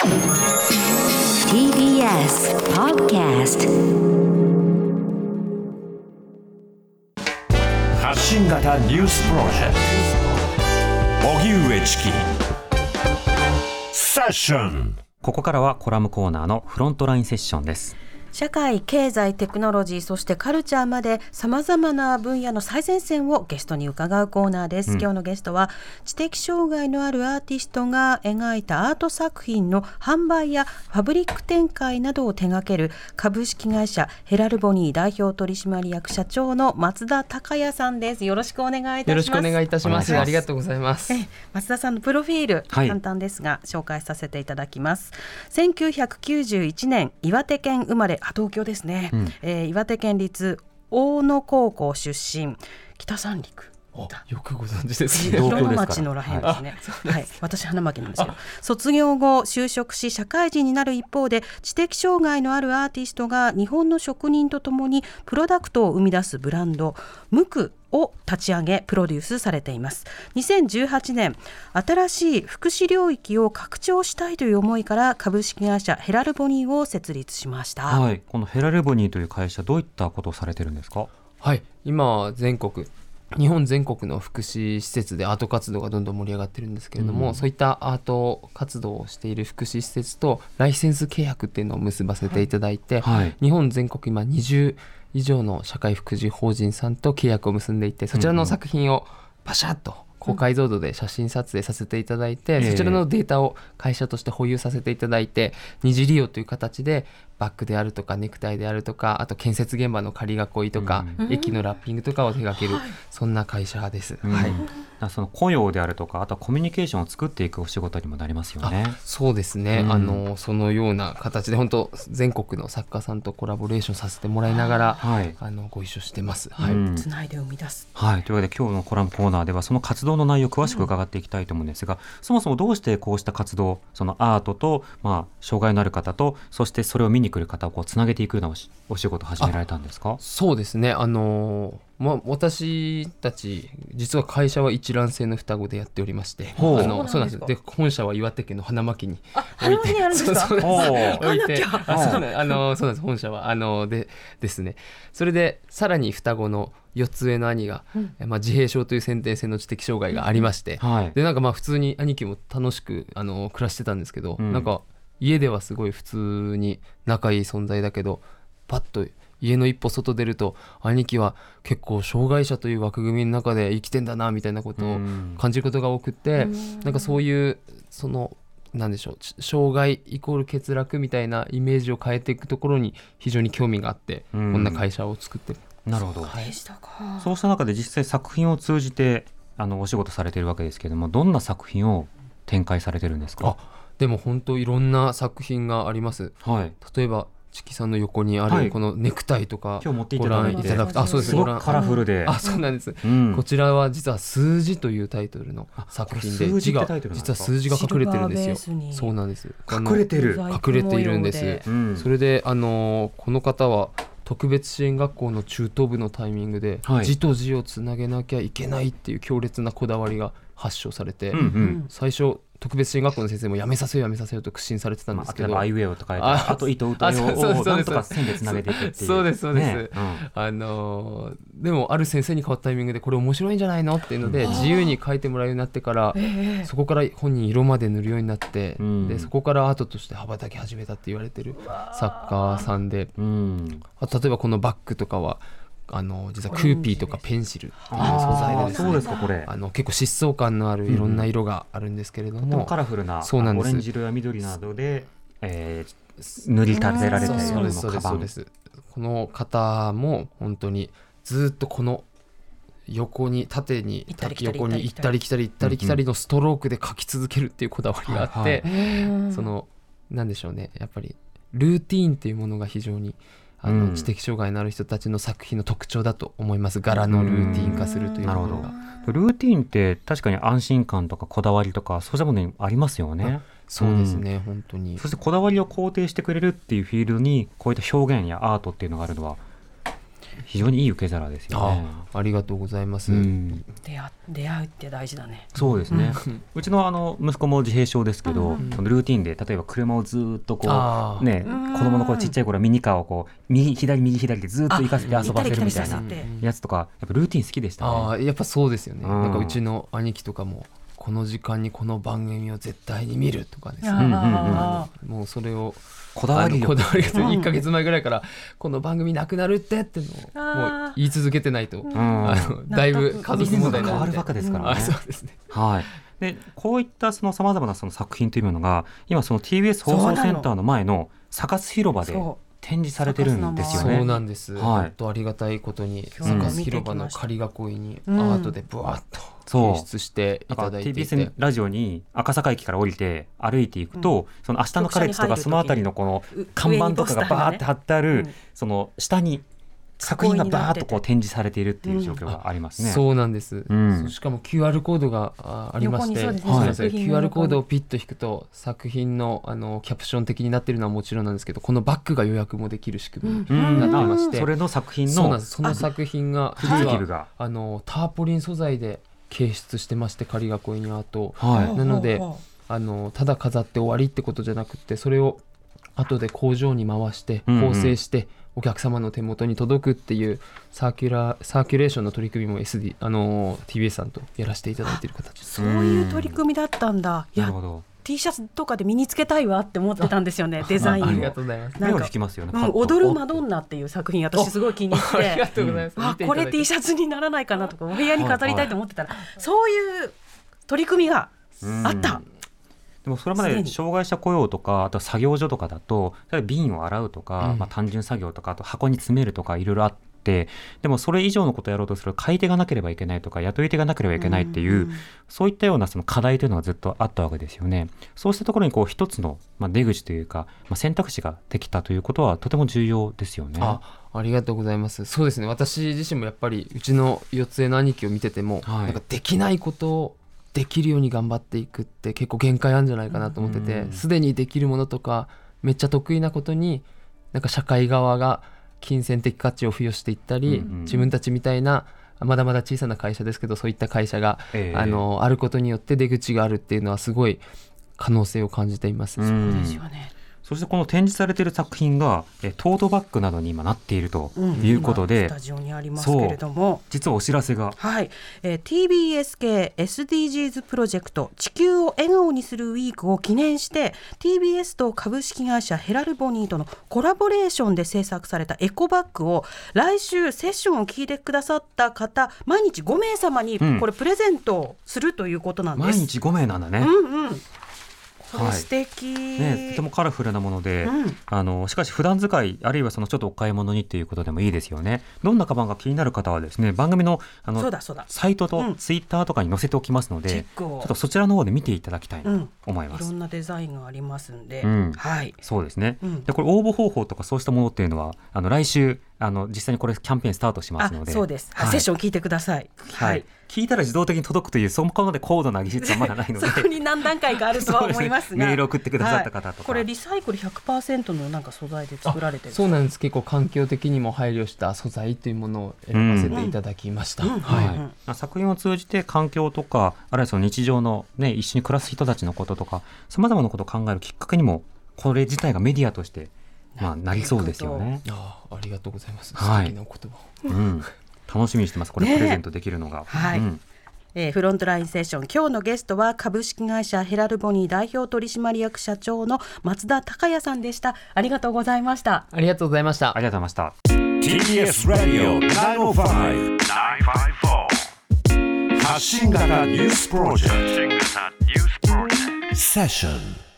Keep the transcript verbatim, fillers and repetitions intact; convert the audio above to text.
ティービーエス Podcast 発信型ニュースプロジェクト荻上チキセッション。 ここからはコラムコーナーのフロントラインセッションです。 社会、経済、テクノロジー、そしてカルチャーまで様々な分野の最前線をゲストに伺うコーナーです、うん、今日のゲストは知的障害のあるアーティストが描いたアート作品の販売やファブリック展開などを手掛ける株式会社ヘラルボニー代表取締役社長の松田孝也さんです。よろしくお願いいたします。 よろしくお願いいたします。ありがとうございます。 え松田さんのプロフィール、はい、簡単ですが紹介させていただきます。せんきゅうひゃくきゅうじゅういちねん岩手県生まれ、東京ですね、うんえー、岩手県立大野高校出身、北三陸、 よくご存知ですね。 広野町のらへんですね、はいはい、私花巻なんですけど、卒業後就職し社会人になる一方で知的障害のあるアーティストが日本の職人とともにプロダクトを生み出すブランドムクを立ち上げプロデュースされています。にせんじゅうはちねん新しい福祉領域を拡張したいという思いから株式会社ヘラルボニーを設立しました、 はい、このヘラルボニーという会社、どういったことをされてるんですか？ はい、今全国日本全国の福祉施設でアート活動がどんどん盛り上がってるんですけれども、うん、そういったアート活動をしている福祉施設とライセンス契約っていうのを結ばせていただいて、はい、日本全国今にじゅう以上の社会福祉法人さんと契約を結んでいて、そちらの作品をパシャッと高解像度で写真撮影させていただいて、うん、そちらのデータを会社として保有させていただいて、二次利用という形でバッグであるとかネクタイであるとか、あと建設現場の仮囲いとか、うん、駅のラッピングとかを手掛ける、うん、そんな会社です、うんはい、 その雇用であるとか、あとはコミュニケーションを作っていくお仕事にもなりますよね。 そうですね、うん、あのそのような形で本当全国の作家さんとコラボレーションさせてもらいながら、はい、あのご一緒してます、はいうん、つないで生み出す、 はい、というわけで今日のコラムコーナーではその活動の内容を詳しく伺っていきたいと思うんですが、うん、そもそもどうしてこうした活動、そのアートと、まあ、障害のある方と、そしてそれを見に来る方をこうつなげていくようなおし、お仕事を始められたんですか？ そうですね、あのまあ、私たち実は会社は一卵性の双子でやっておりまして、あのそうなんです。で本社は岩手県の花巻に置いて、そうそう置いて、あそうなんあのそうなんです。本社はあのでですね。それでさらに双子のよっつ上の兄が、うんまあ、自閉症という先天性の知的障害がありまして、うんはい、でなんかまあ普通に兄貴も楽しくあの暮らしてたんですけど、うん、なんか家ではすごい普通に仲いい存在だけど、パッと家の一歩外出ると兄貴は結構障害者という枠組みの中で生きてんだなみたいなことを感じることが多くて、なんかそういうそのなんでしょう、障害イコール欠落みたいなイメージを変えていくところに非常に興味があって、こんな会社を作って。 なるほど、 はい、 そうした中で実際作品を通じてあのお仕事されているわけですけれども、どんな作品を展開されてるんですか？ あでも本当いろんな作品があります、はい、例えばチキさんの横にあるこのネクタイとかご覧いただくと、 あそうです、すごくカラフルで、 あそうなんです、うん、こちらは実は数字というタイトルの作品で、字が実は数字が隠れてるんですよ。そうなんです、 隠れてる隠れているんです、うん、それであのこの方は特別支援学校の中等部のタイミングで、はい、字と字をつなげなきゃいけないっていう強烈なこだわりが発症されて、うんうん、最初特別支援学校の先生もやめさせようやめさせようと苦心されてたんですけど、 まあ、アイウェイをとかあ, あと糸歌いをなんとか線でつなげていくっていうそうですそうです、ねうんあのー、でもある先生に変わったタイミングでこれ面白いんじゃないのっていうので、うん、自由に書いてもらうようになってから、えー、そこから本人色まで塗るようになって、うん、でそこからアートとして羽ばたき始めたって言われてる作家さんで、うん、あ例えばこのバッグとかはあの実はクーピーとかペンシルっていう素材でですね、 そうですか、これあの結構疾走感のあるいろんな色があるんですけれども、 うん、とてもカラフルなそうなんです、 オレンジ色や緑などで、えー、塗り立てられたようなカバン。 そうです。この方も本当にずっとこの横に縦に横に行ったり来たり行ったり来たりのストロークで描き続けるっていうこだわりがあって、はいはい、そのなんでしょうね、やっぱりルーティーンっていうものが非常にあの、うん、知的障害のある人たちの作品の特徴だと思います。柄のルーティーン化するというものが。 ルーティーンって確かに安心感とかこだわりとかそうしたものにありますよね。 そうですね、うん、本当に。 そしてこだわりを肯定してくれるっていうフィールドにこういった表現やアートっていうのがあるのは非常にいい受け皿ですよね。 あ, ありがとうございます、 うん、 出会、出会うって大事だね。 そうですね、うん、うち の, あの息子も自閉症ですけど、うん、ルーティンで例えば車をずっとこう、ね、子供の頃ちっちゃい頃ミニカーをこう右左右左でずっと行かせて遊ばせるみたいなやつとかやっぱルーティン好きでしたね。 あやっぱそうですよね、うん、なんかうちの兄貴とかもこの時間にこの番組を絶対に見るとかですね、うんうんうん、もうそれをこだわりこだわりがいっかげつまえぐらいからこの番組なくなるってっていうのをもう言い続けてないと、うん、あのだいぶ家族問題にな変わるわけですからね、 うん、そうですね、 はい、でこういったさまざまなその作品というのが今その ティービーエス 放送センターの前のサカス広場で展示されてるんですよね。 そうなんです、はい、本当ありがたいことにサカス広場の仮囲いにアートでブワッと提出していただいていて、 ティービーエス ラジオに赤坂駅から降りて歩いていくと、うん、その明日のカレッジとかそのあたりのこの看板とかがバーって貼ってある、ね、その下に作品がバーッとこう展示されているっていう状況がありますね、 うん、そうなんです、うん、しかも キューアール コードが あ, ありまして、ね、はい、キューアール コードをピッと引くと作品 の, あのキャプション的になっているのはもちろんなんですけど、このバッグが予約もできる仕組みになっていまして、うん、 それの作品のそうなんです、その作品が実はあのターポリン素材で掲出してまして、仮囲いにアート、はい、なのであのただ飾って終わりってことじゃなくて、それを後で工場に回して構成して、うんうん、お客様の手元に届くっていうサーキュラーサーキュレーションの取り組みも エスディー あの ティービーエス さんとやらせていただいている形です。 そういう取り組みだったんだ。いや、なるほど。T シャツとかで身につけたいわって思ってたんですよね、デザインを。 ありがとうございます。 目を引きますよね、 うん、踊るマドンナっていう作品私すごい気に入ってありがとうございます、うん、 あこれ T シャツにならないかなとかお部屋に飾りたいと思ってたら、はいはい、そういう取り組みがあった。 でもそれまで障害者雇用とかあと作業所とかだと瓶を洗うとか、うんまあ、単純作業とかあと箱に詰めるとかいろいろあって、でもそれ以上のことをやろうとする買い手がなければいけないとか雇い手がなければいけないっていう、うんうん、そういったようなその課題というのがずっとあったわけですよね。そうしたところにこう一つのまあ出口というか、まあ、選択肢ができたということはとても重要ですよね。 あありがとうございます。そうですね、私自身もやっぱりうちの四つ江の兄貴を見てても、はい、なんかできないことをできるように頑張っていくって結構限界あるんじゃないかなと思ってて、すでにできるものとかめっちゃ得意なことになんか社会側が金銭的価値を付与していったり、うんうん、自分たちみたいなまだまだ小さな会社ですけどそういった会社が、えー、あのあることによって出口があるっていうのはすごい可能性を感じています。 そうですよね。 そしてこの展示されている作品がえトートバッグなどに今なっているということで、うん、 スタジオにありますけれども、 実はお知らせが、 はいえー、ティービーエス 系 エスディージーズ プロジェクト地球を笑顔にするウィークを記念して ティービーエス と株式会社ヘラルボニーとのコラボレーションで制作されたエコバッグを来週セッションを聞いてくださった方毎日ごめい様にこれプレゼントするということなんです、うん、 毎日ごめいなんだね。 うんうんこれ素敵、 はいね、とてもカラフルなもので、うん、あのしかし普段使いあるいはそのちょっとお買い物にっていうことでもいいですよね。どんなカバンが気になる方はですね番組の、あのサイトとツイッターとかに載せておきますので、うん、ちょっとそちらの方で見ていただきたいなと思います、 うん、いろんなデザインがありますんで、 うんはい、 そうですね、うん、でこれ応募方法とかそうしたものっていうのはあの来週あの実際にこれキャンペーンスタートしますので、 あそうです、はい、セッション聞いてください、 はいはい、聞いたら自動的に届くというそこまで高度な技術はまだないのでそこに何段階かあるとは思いますがメール送ってくださった方とか、はい、 これリサイクル ひゃくパーセント のなんか素材で作られてる。 そうなんです。結構環境的にも配慮した素材というものを選ばせていただきました、うんうんはいうんうん、作品を通じて環境とかあるいはその日常の、ね、一緒に暮らす人たちのこととかさまざまなことを考えるきっかけにもこれ自体がメディアとしてまあ、なりそうですよね。 あ, ありがとうございます、 はい、 素敵なお言葉、うん、楽しみにしてます。これプレゼントできるのが、ねはいうんえー、フロントラインセッション今日のゲストは株式会社ヘラルボニー代表取締役社長の松田孝也さんでした。ありがとうございました。 ありがとうございました。 ありがとうございました。 ティービーエス Radio きゅうまるご きゅうごよん発信型ニュースプロジェクトセッション